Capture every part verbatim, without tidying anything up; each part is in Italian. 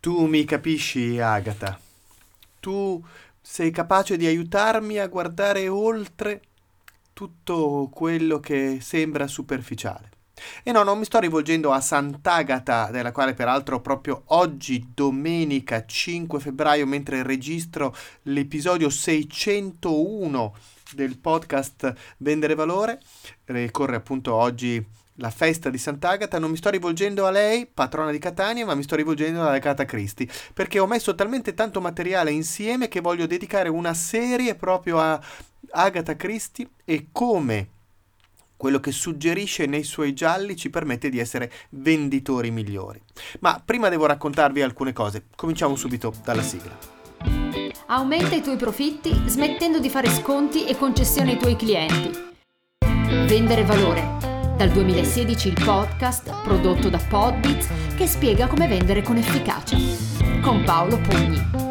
Tu mi capisci, Agatha. Tu sei capace di aiutarmi a guardare oltre tutto quello che sembra superficiale. E no, non mi sto rivolgendo a Sant'Agata, della quale peraltro proprio oggi, domenica cinque febbraio, mentre registro l'episodio seicentouno del podcast Vendere Valore, ricorre appunto oggi la festa di Sant'Agata. Non mi sto rivolgendo a lei, patrona di Catania, ma mi sto rivolgendo alla Agatha Christie, perché ho messo talmente tanto materiale insieme che voglio dedicare una serie proprio a Agatha Christie e come quello che suggerisce nei suoi gialli ci permette di essere venditori migliori. Ma prima devo raccontarvi alcune cose. Cominciamo subito dalla sigla. Aumenta i tuoi profitti smettendo di fare sconti e concessioni ai tuoi clienti. Vendere Valore. Dal duemilasedici il podcast prodotto da Podbits che spiega come vendere con efficacia. Con Paolo Pugni.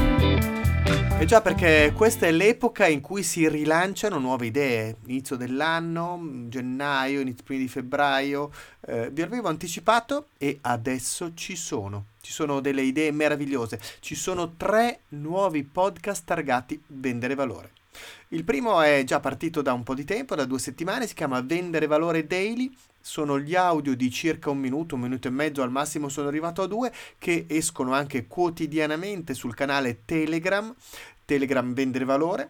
E già, perché questa è l'epoca in cui si rilanciano nuove idee. Inizio dell'anno, gennaio, inizio primi di febbraio. Eh, vi avevo anticipato e adesso ci sono. Ci sono delle idee meravigliose. Ci sono tre nuovi podcast targati Vendere Valore. Il primo è già partito da un po' di tempo, da due settimane, si chiama Vendere Valore Daily. Sono gli audio di circa un minuto, un minuto e mezzo, al massimo sono arrivato a due, che escono anche quotidianamente sul canale Telegram, Telegram Vendere Valore,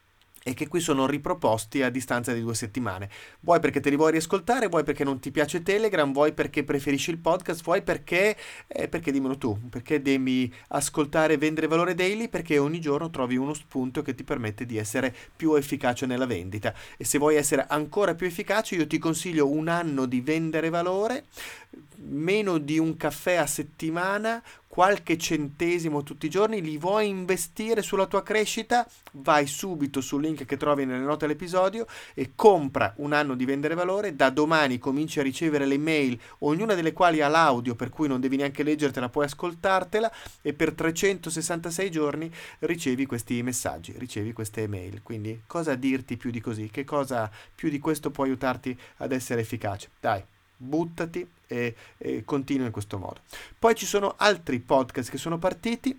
e che qui sono riproposti a distanza di due settimane. Vuoi perché te li vuoi riascoltare, vuoi perché non ti piace Telegram, vuoi perché preferisci il podcast, vuoi perché, eh, perché dimmelo tu, perché devi ascoltare Vendere Valore Daily, perché ogni giorno trovi uno spunto che ti permette di essere più efficace nella vendita. E se vuoi essere ancora più efficace, io ti consiglio un anno di Vendere Valore, meno di un caffè a settimana, qualche centesimo tutti i giorni. Li vuoi investire sulla tua crescita? Vai subito sul link che trovi nelle note dell'episodio e compra un anno di Vendere Valore. Da domani cominci a ricevere le mail, ognuna delle quali ha l'audio, per cui non devi neanche leggertela, puoi ascoltartela, e per trecentosessantasei giorni ricevi questi messaggi, ricevi queste mail. Quindi cosa dirti più di così? Che cosa più di questo può aiutarti ad essere efficace? Dai, buttati e, e continua in questo modo. Poi ci sono altri podcast che sono partiti.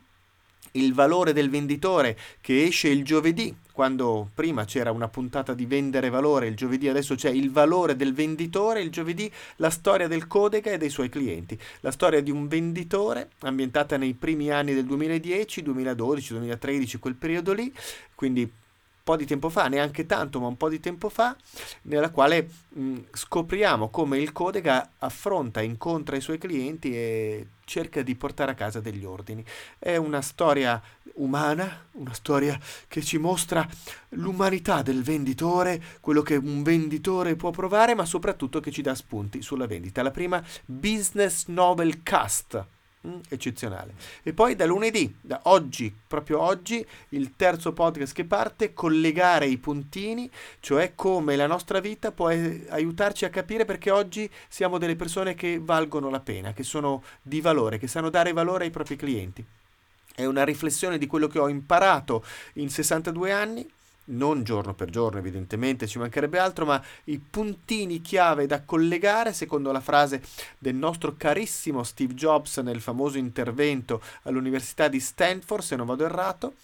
Il valore del venditore, che esce il giovedì, quando prima c'era una puntata di Vendere Valore il giovedì, adesso c'è il valore del venditore il giovedì, la storia del Codega e dei suoi clienti, la storia di un venditore ambientata nei primi anni del duemiladieci, duemiladodici, duemilatredici, quel periodo lì, quindi un po' di tempo fa, neanche tanto, ma un po' di tempo fa, nella quale mh, scopriamo come il Codega affronta, incontra i suoi clienti e cerca di portare a casa degli ordini. È una storia umana, una storia che ci mostra l'umanità del venditore, quello che un venditore può provare, ma soprattutto che ci dà spunti sulla vendita. La prima Business Novel Cast. Mm, eccezionale. E poi da lunedì, da oggi, proprio oggi, il terzo podcast che parte, collegare i puntini, cioè come la nostra vita può eh, aiutarci a capire perché oggi siamo delle persone che valgono la pena, che sono di valore, che sanno dare valore ai propri clienti. È una riflessione di quello che ho imparato in sessantadue anni, non giorno per giorno evidentemente, ci mancherebbe altro, ma i puntini chiave da collegare, secondo la frase del nostro carissimo Steve Jobs nel famoso intervento all'Università di Stanford, se non vado errato.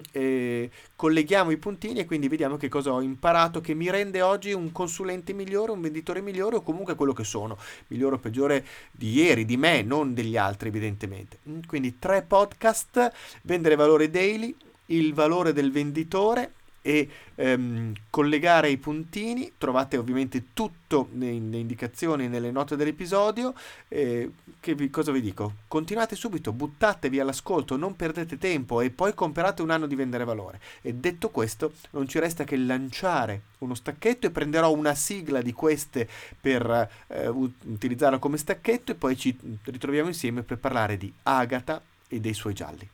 E colleghiamo i puntini e quindi vediamo che cosa ho imparato che mi rende oggi un consulente migliore, un venditore migliore, o comunque quello che sono, migliore o peggiore di ieri, di me, non degli altri evidentemente. Quindi tre podcast: Vendere Valore Daily, il valore del venditore e ehm, collegare i puntini. Trovate ovviamente tutto nelle indicazioni, nelle note dell'episodio. Eh, che vi, cosa vi dico? Continuate subito, buttatevi all'ascolto, non perdete tempo e poi comprate un anno di Vendere Valore. E detto questo, non ci resta che lanciare uno stacchetto, e prenderò una sigla di queste per eh, utilizzarla come stacchetto, e poi ci ritroviamo insieme per parlare di Agatha e dei suoi gialli.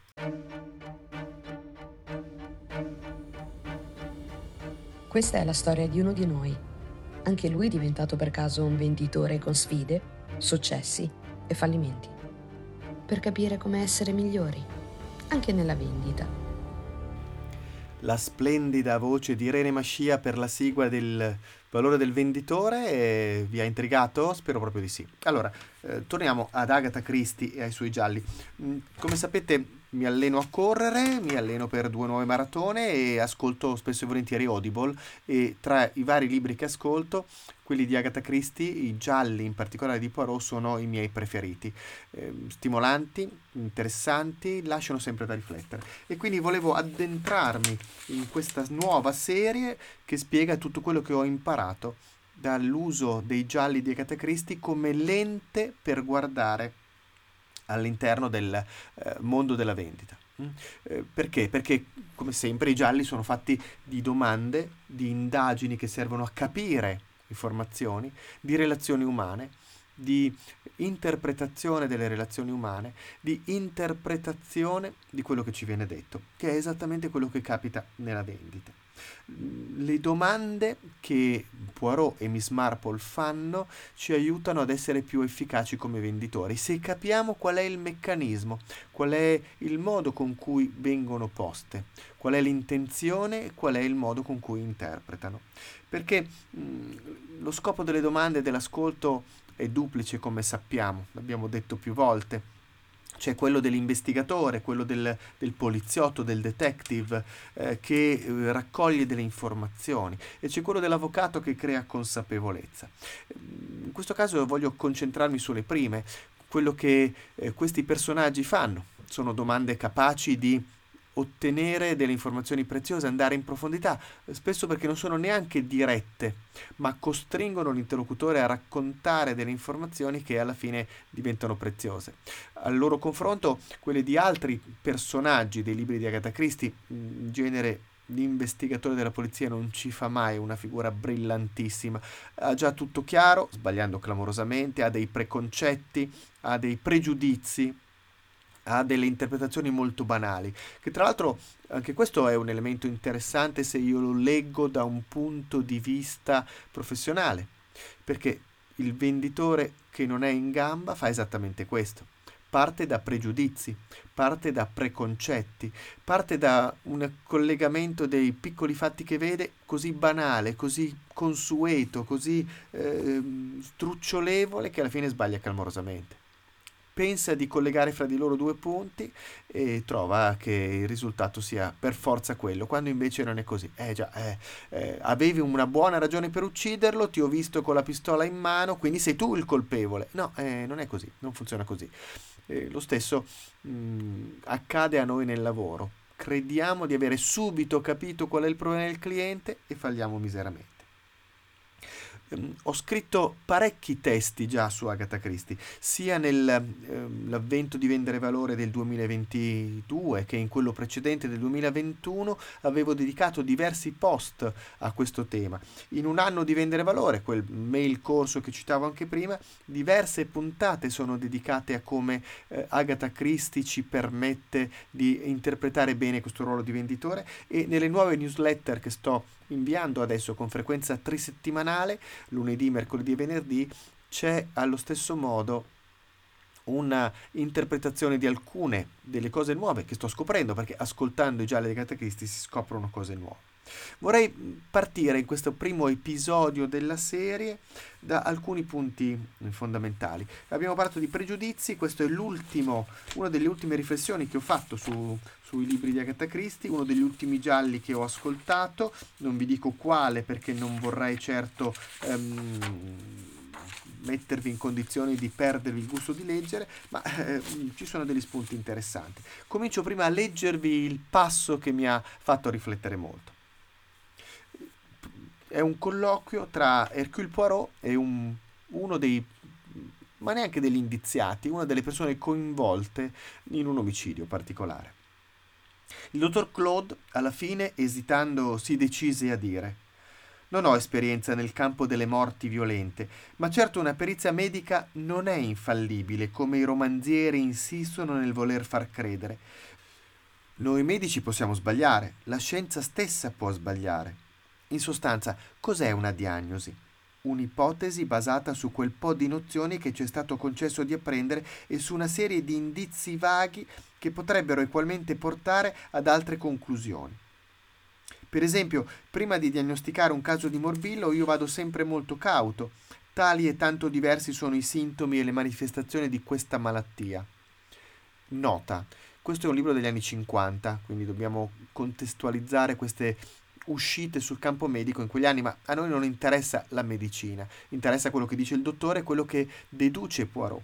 Questa è la storia di uno di noi. Anche lui è diventato per caso un venditore con sfide, successi e fallimenti. Per capire come essere migliori, anche nella vendita. la splendida voce di Irene Mascia per la sigla del Valore del Venditore. E vi ha intrigato? Spero proprio di sì. Allora, eh, torniamo ad Agatha Christie e ai suoi gialli. Mm, come sapete, mi alleno a correre, mi alleno per due nuove maratone e ascolto spesso e volentieri Audible, e tra i vari libri che ascolto, quelli di Agatha Christie, i gialli in particolare di Poirot, sono i miei preferiti. Eh, stimolanti, interessanti, lasciano sempre da riflettere. E quindi volevo addentrarmi in questa nuova serie che spiega tutto quello che ho imparato dall'uso dei gialli di Agatha Christie come lente per guardare all'interno del eh, mondo della vendita. Mm? Eh, perché? Perché, come sempre, i gialli sono fatti di domande, di indagini che servono a capire informazioni, di relazioni umane, di interpretazione delle relazioni umane, di interpretazione di quello che ci viene detto, che è esattamente quello che capita nella vendita. Le domande che Poirot e Miss Marple fanno ci aiutano ad essere più efficaci come venditori, se capiamo qual è il meccanismo, qual è il modo con cui vengono poste, qual è l'intenzione e qual è il modo con cui interpretano. Perché mh, lo scopo delle domande e dell'ascolto è duplice, come sappiamo, l'abbiamo detto più volte. C'è quello dell'investigatore, quello del, del poliziotto, del detective eh, che eh, raccoglie delle informazioni, e c'è quello dell'avvocato che crea consapevolezza. In questo caso voglio concentrarmi sulle prime. Quello che eh, questi personaggi fanno sono domande capaci di ottenere delle informazioni preziose, andare in profondità, spesso perché non sono neanche dirette, ma costringono l'interlocutore a raccontare delle informazioni che alla fine diventano preziose. Al loro confronto, quelle di altri personaggi dei libri di Agatha Christie, in genere l'investigatore della polizia non ci fa mai una figura brillantissima, ha già tutto chiaro, sbagliando clamorosamente, ha dei preconcetti, ha dei pregiudizi, ha delle interpretazioni molto banali, che tra l'altro anche questo è un elemento interessante se io lo leggo da un punto di vista professionale, perché il venditore che non è in gamba fa esattamente questo. Parte da pregiudizi, parte da preconcetti, parte da un collegamento dei piccoli fatti che vede così banale, così consueto, così eh, strucciolevole, che alla fine sbaglia clamorosamente. Pensa di collegare fra di loro due punti e trova che il risultato sia per forza quello, quando invece non è così. Eh già, eh, eh, avevi una buona ragione per ucciderlo, ti ho visto con la pistola in mano, quindi sei tu il colpevole. No, eh, non è così, non funziona così. Eh, lo stesso mh, accade a noi nel lavoro. Crediamo di avere subito capito qual è il problema del cliente e falliamo miseramente. Um, ho scritto parecchi testi già su Agatha Christie, sia nell'avvento um, di Vendere Valore del duemilaventidue che in quello precedente del duemilaventuno. Avevo dedicato diversi post a questo tema. In un anno di Vendere Valore, quel mail corso che citavo anche prima, diverse puntate sono dedicate a come eh, Agatha Christie ci permette di interpretare bene questo ruolo di venditore, e nelle nuove newsletter che sto inviando adesso con frequenza trisettimanale, lunedì, mercoledì e venerdì, c'è allo stesso modo una interpretazione di alcune delle cose nuove che sto scoprendo, perché ascoltando i gialli di Agatha Christie si scoprono cose nuove. Vorrei partire in questo primo episodio della serie da alcuni punti fondamentali. Abbiamo parlato di pregiudizi, questo è l'ultimo, una delle ultime riflessioni che ho fatto su, sui libri di Agatha Christie, uno degli ultimi gialli che ho ascoltato, non vi dico quale perché non vorrei certo um, mettervi in condizioni di perdervi il gusto di leggere, ma eh, ci sono degli spunti interessanti. Comincio prima a leggervi il passo che mi ha fatto riflettere molto. È un colloquio tra Hercule Poirot e un, uno dei, ma neanche degli indiziati, una delle persone coinvolte in un omicidio particolare. Il dottor Claude, alla fine, esitando, si decise a dire: «Non ho esperienza nel campo delle morti violente, ma certo una perizia medica non è infallibile, come i romanzieri insistono nel voler far credere. Noi medici possiamo sbagliare, la scienza stessa può sbagliare. In sostanza, cos'è una diagnosi? Un'ipotesi basata su quel po' di nozioni che ci è stato concesso di apprendere e su una serie di indizi vaghi che potrebbero equalmente portare ad altre conclusioni. Per esempio, prima di diagnosticare un caso di morbillo io vado sempre molto cauto. Tali e tanto diversi sono i sintomi e le manifestazioni di questa malattia. Nota, questo è un libro degli anni cinquanta, quindi dobbiamo contestualizzare queste uscite sul campo medico in quegli anni, ma a noi non interessa la medicina, interessa quello che dice il dottore, quello che deduce Poirot.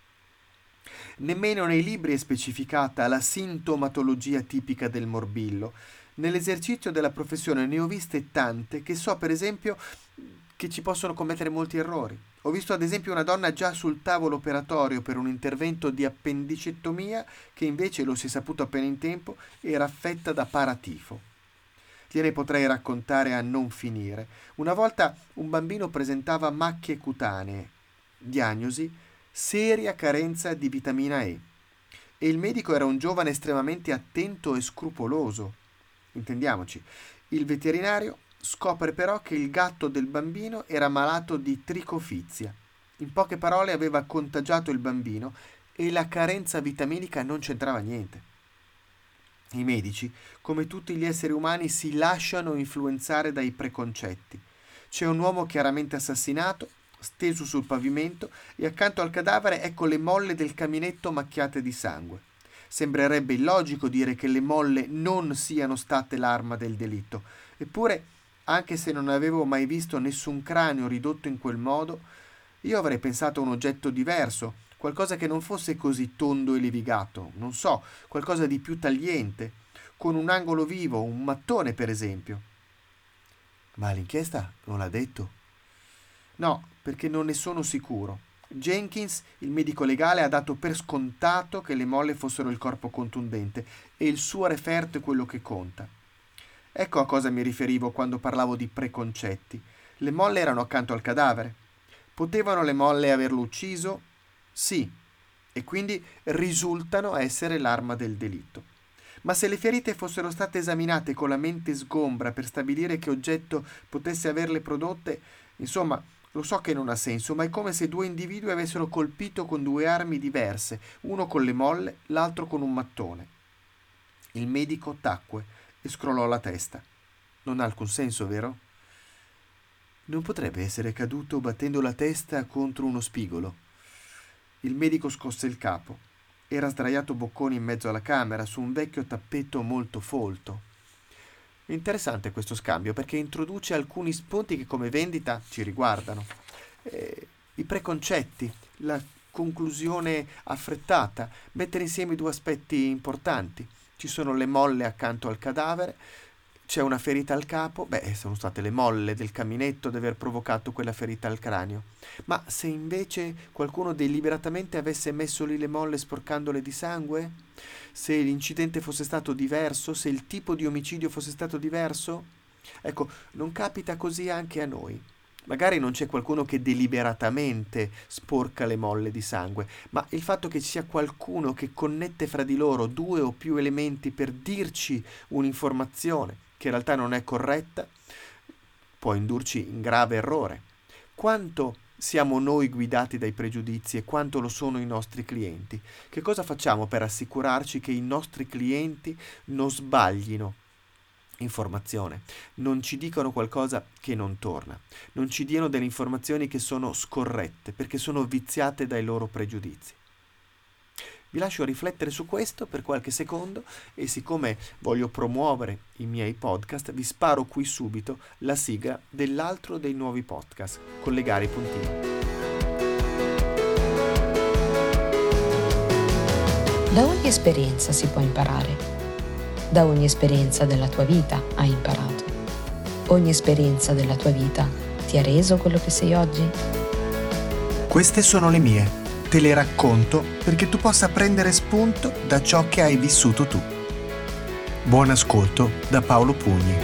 Nemmeno nei libri è specificata la sintomatologia tipica del morbillo. Nell'esercizio della professione ne ho viste tante che so, per esempio, che ci possono commettere molti errori. Ho visto ad esempio una donna già sul tavolo operatorio per un intervento di appendicectomia che invece, lo si è saputo appena in tempo, era affetta da paratifo. Gliene potrei raccontare a non finire. Una volta un bambino presentava macchie cutanee. Diagnosi: seria carenza di vitamina E. E il medico era un giovane estremamente attento e scrupoloso. Intendiamoci, il veterinario scopre però che il gatto del bambino era malato di tricofizia. In poche parole, aveva contagiato il bambino e la carenza vitaminica non c'entrava niente. I medici, come tutti gli esseri umani, si lasciano influenzare dai preconcetti. C'è un uomo chiaramente assassinato, steso sul pavimento, e accanto al cadavere ecco le molle del caminetto macchiate di sangue. Sembrerebbe illogico dire che le molle non siano state l'arma del delitto. Eppure, anche se non avevo mai visto nessun cranio ridotto in quel modo, io avrei pensato a un oggetto diverso, qualcosa che non fosse così tondo e levigato, non so, qualcosa di più tagliente, con un angolo vivo, un mattone per esempio. Ma l'inchiesta non l'ha detto? No, perché non ne sono sicuro. Jenkins, il medico legale, ha dato per scontato che le molle fossero il corpo contundente e il suo referto è quello che conta. Ecco a cosa mi riferivo quando parlavo di preconcetti. Le molle erano accanto al cadavere. Potevano le molle averlo ucciso? Sì, e quindi risultano essere l'arma del delitto. Ma se le ferite fossero state esaminate con la mente sgombra per stabilire che oggetto potesse averle prodotte, insomma, lo so che non ha senso, ma è come se due individui avessero colpito con due armi diverse, uno con le molle, l'altro con un mattone. Il medico tacque e scrollò la testa. Non ha alcun senso, vero? Non potrebbe essere caduto battendo la testa contro uno spigolo. Il medico scosse il capo. Era sdraiato bocconi in mezzo alla camera, su un vecchio tappeto molto folto. Interessante questo scambio, perché introduce alcuni spunti che come vendita ci riguardano. Eh, I preconcetti, la conclusione affrettata, mettere insieme due aspetti importanti. Ci sono le molle accanto al cadavere, c'è una ferita al capo, beh, sono state le molle del caminetto ad aver provocato quella ferita al cranio. Ma se invece qualcuno deliberatamente avesse messo lì le molle sporcandole di sangue? Se l'incidente fosse stato diverso? Se il tipo di omicidio fosse stato diverso? Ecco, non capita così anche a noi. Magari non c'è qualcuno che deliberatamente sporca le molle di sangue, ma il fatto che ci sia qualcuno che connette fra di loro due o più elementi per dirci un'informazione che in realtà non è corretta, può indurci in grave errore. Quanto siamo noi guidati dai pregiudizi e quanto lo sono i nostri clienti? Che cosa facciamo per assicurarci che i nostri clienti non sbaglino informazione, non ci dicono qualcosa che non torna, non ci diano delle informazioni che sono scorrette, perché sono viziate dai loro pregiudizi? Vi lascio riflettere su questo per qualche secondo e siccome voglio promuovere i miei podcast, vi sparo qui subito la sigla dell'altro dei nuovi podcast, Collegare i puntini. Da ogni esperienza si può imparare. Da ogni esperienza della tua vita hai imparato. Ogni esperienza della tua vita ti ha reso quello che sei oggi? Queste sono le mie. Te le racconto perché tu possa prendere spunto da ciò che hai vissuto tu. Buon ascolto da Paolo Pugni.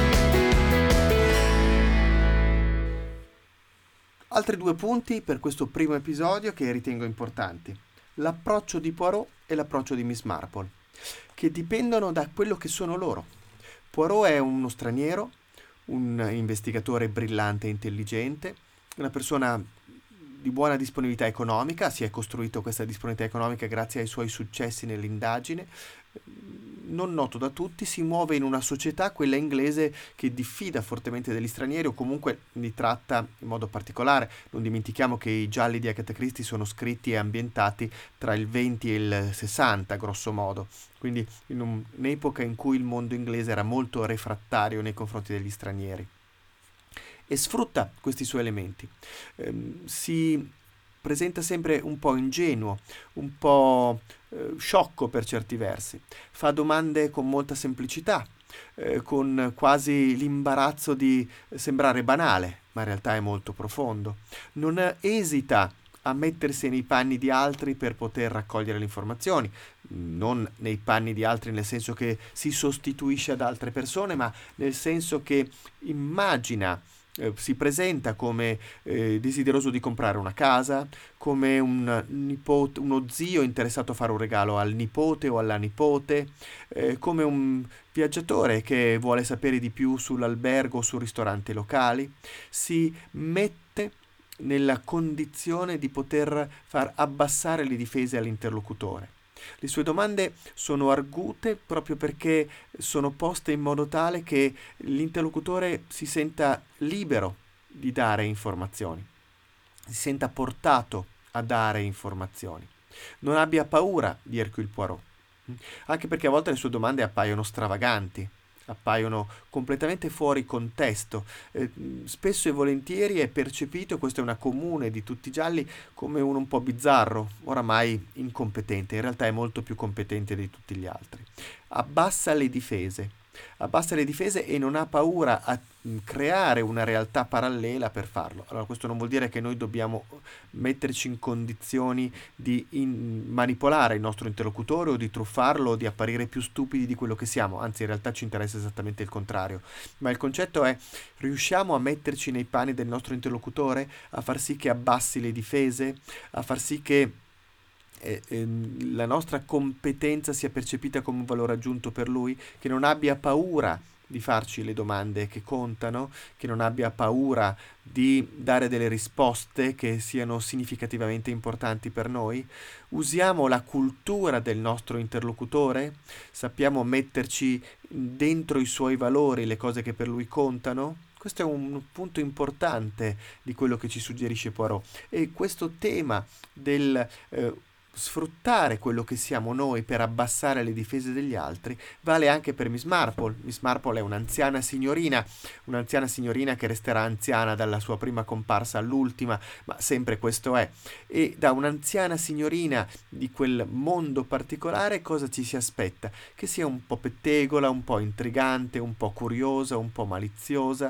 Altri due punti per questo primo episodio che ritengo importanti. L'approccio di Poirot e l'approccio di Miss Marple, che dipendono da quello che sono loro. Poirot è uno straniero, un investigatore brillante e intelligente, una persona di buona disponibilità economica, si è costruito questa disponibilità economica grazie ai suoi successi nell'indagine, non noto da tutti, si muove in una società, quella inglese, che diffida fortemente degli stranieri o comunque li tratta in modo particolare. Non dimentichiamo che i gialli di Agatha Christie sono scritti e ambientati tra il venti e il sessanta, grosso modo, quindi in un, un'epoca in cui il mondo inglese era molto refrattario nei confronti degli stranieri. E sfrutta questi suoi elementi. Ehm, si presenta sempre un po' ingenuo, un po' eh, sciocco per certi versi, fa domande con molta semplicità, eh, con quasi l'imbarazzo di sembrare banale, ma in realtà è molto profondo. Non esita a mettersi nei panni di altri per poter raccogliere le informazioni, non nei panni di altri nel senso che si sostituisce ad altre persone, ma nel senso che immagina, Eh, si presenta come eh, desideroso di comprare una casa, come un nipote, uno zio interessato a fare un regalo al nipote o alla nipote, eh, come un viaggiatore che vuole sapere di più sull'albergo o sul ristorante locali. Si mette nella condizione di poter far abbassare le difese all'interlocutore. Le sue domande sono argute proprio perché sono poste in modo tale che l'interlocutore si senta libero di dare informazioni, si senta portato a dare informazioni, non abbia paura di Hercule Poirot, anche perché a volte le sue domande appaiono stravaganti, appaiono completamente fuori contesto. Eh, spesso e volentieri è percepito, questo è una comune di tutti i gialli, come uno un po' bizzarro, oramai incompetente. In realtà è molto più competente di tutti gli altri. Abbassa le difese, abbassa le difese e non ha paura a creare una realtà parallela per farlo. Allora, questo non vuol dire che noi dobbiamo metterci in condizioni di in- manipolare il nostro interlocutore o di truffarlo o di apparire più stupidi di quello che siamo, anzi in realtà ci interessa esattamente il contrario, ma il concetto è: riusciamo a metterci nei panni del nostro interlocutore, a far sì che abbassi le difese, a far sì che eh, ehm, la nostra competenza sia percepita come un valore aggiunto per lui, che non abbia paura di farci le domande che contano, che non abbia paura di dare delle risposte che siano significativamente importanti per noi. Usiamo la cultura del nostro interlocutore, sappiamo metterci dentro i suoi valori, le cose che per lui contano. Questo è un punto importante di quello che ci suggerisce Poirot, e questo tema del eh, sfruttare quello che siamo noi per abbassare le difese degli altri vale anche per Miss Marple. Miss Marple è un'anziana signorina, un'anziana signorina che resterà anziana dalla sua prima comparsa all'ultima, ma sempre questo è. E da un'anziana signorina di quel mondo particolare cosa ci si aspetta? Che sia un po' pettegola, un po' intrigante, un po' curiosa, un po' maliziosa,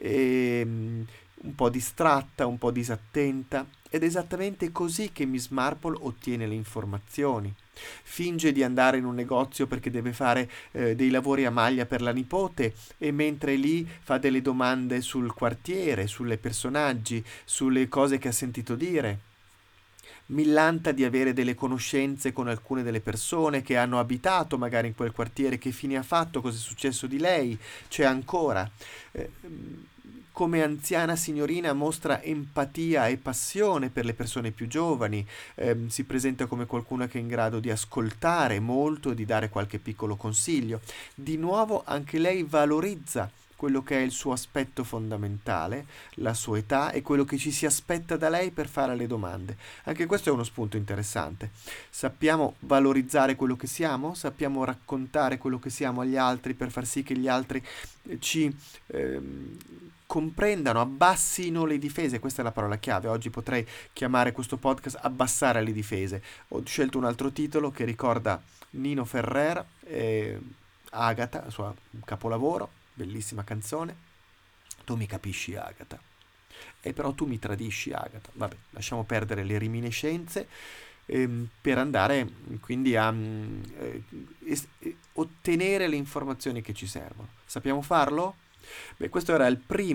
e un po' distratta, un po' disattenta. Ed è esattamente così che Miss Marple ottiene le informazioni. Finge di andare in un negozio perché deve fare eh, dei lavori a maglia per la nipote, e mentre lì fa delle domande sul quartiere, sulle personaggi, sulle cose che ha sentito dire. Millanta di avere delle conoscenze con alcune delle persone che hanno abitato magari in quel quartiere, che fine ha fatto, cosa è successo di lei, c'è ancora. Eh, come anziana signorina mostra empatia e passione per le persone più giovani, eh, si presenta come qualcuno che è in grado di ascoltare molto e di dare qualche piccolo consiglio. Di nuovo anche lei valorizza quello che è il suo aspetto fondamentale, la sua età e quello che ci si aspetta da lei per fare le domande. Anche questo è uno spunto interessante. Sappiamo valorizzare quello che siamo, sappiamo raccontare quello che siamo agli altri per far sì che gli altri ci ehm, comprendano, abbassino le difese. Questa è la parola chiave. Oggi potrei chiamare questo podcast Abbassare le difese. Ho scelto un altro titolo che ricorda Nino Ferrer, eh, Agatha, il suo capolavoro. Bellissima canzone. Tu mi capisci, Agatha, e però tu mi tradisci, Agatha. Vabbè, lasciamo perdere le reminiscenze ehm, per andare quindi a eh, es- ottenere le informazioni che ci servono. Sappiamo farlo? Beh, questo era il primo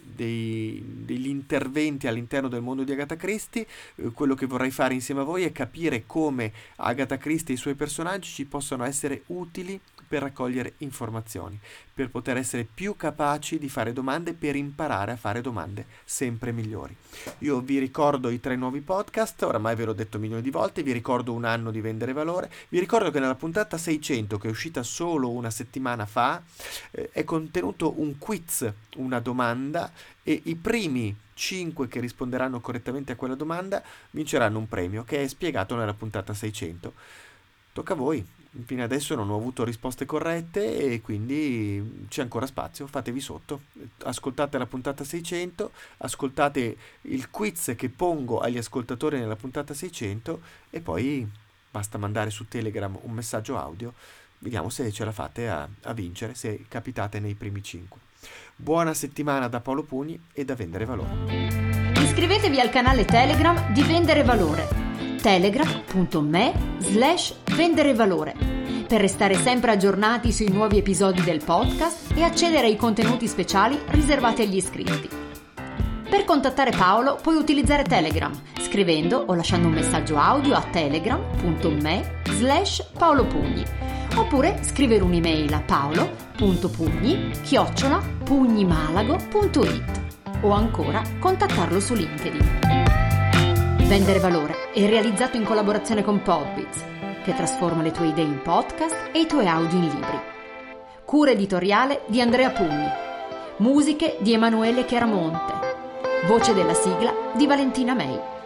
dei, degli interventi all'interno del mondo di Agatha Christie. Eh, quello che vorrei fare insieme a voi è capire come Agatha Christie e i suoi personaggi ci possono essere utili per raccogliere informazioni, per poter essere più capaci di fare domande, per imparare a fare domande sempre migliori. Io vi ricordo i tre nuovi podcast, oramai ve l'ho detto milioni di volte, vi ricordo un anno di Vendere Valore, vi ricordo che nella puntata seicento, che è uscita solo una settimana fa, eh, è contenuto un quiz, una domanda, e i primi cinque che risponderanno correttamente a quella domanda vinceranno un premio che è spiegato nella puntata seicento. Tocca a voi. Fino adesso non ho avuto risposte corrette e quindi c'è ancora spazio, fatevi sotto, ascoltate la puntata seicento, ascoltate il quiz che pongo agli ascoltatori nella puntata seicento e poi basta mandare su Telegram un messaggio audio, vediamo se ce la fate a, a vincere, se capitate nei primi cinque. Buona settimana da Paolo Pugni e da Vendere Valore. Iscrivetevi al canale Telegram di Vendere Valore, telegram.me slash vendere valore, per restare sempre aggiornati sui nuovi episodi del podcast e accedere ai contenuti speciali riservati agli iscritti. Per contattare Paolo puoi utilizzare Telegram scrivendo o lasciando un messaggio audio a telegram.me slash paolopugni, oppure scrivere un'email a paolo.pugni chiocciola pugnimalago.it o ancora contattarlo su LinkedIn. Vendere Valore è realizzato in collaborazione con Podbiz, che trasforma le tue idee in podcast e i tuoi audio in libri. Cura editoriale di Andrea Pugni. Musiche di Emanuele Chiaramonte. Voce della sigla di Valentina May.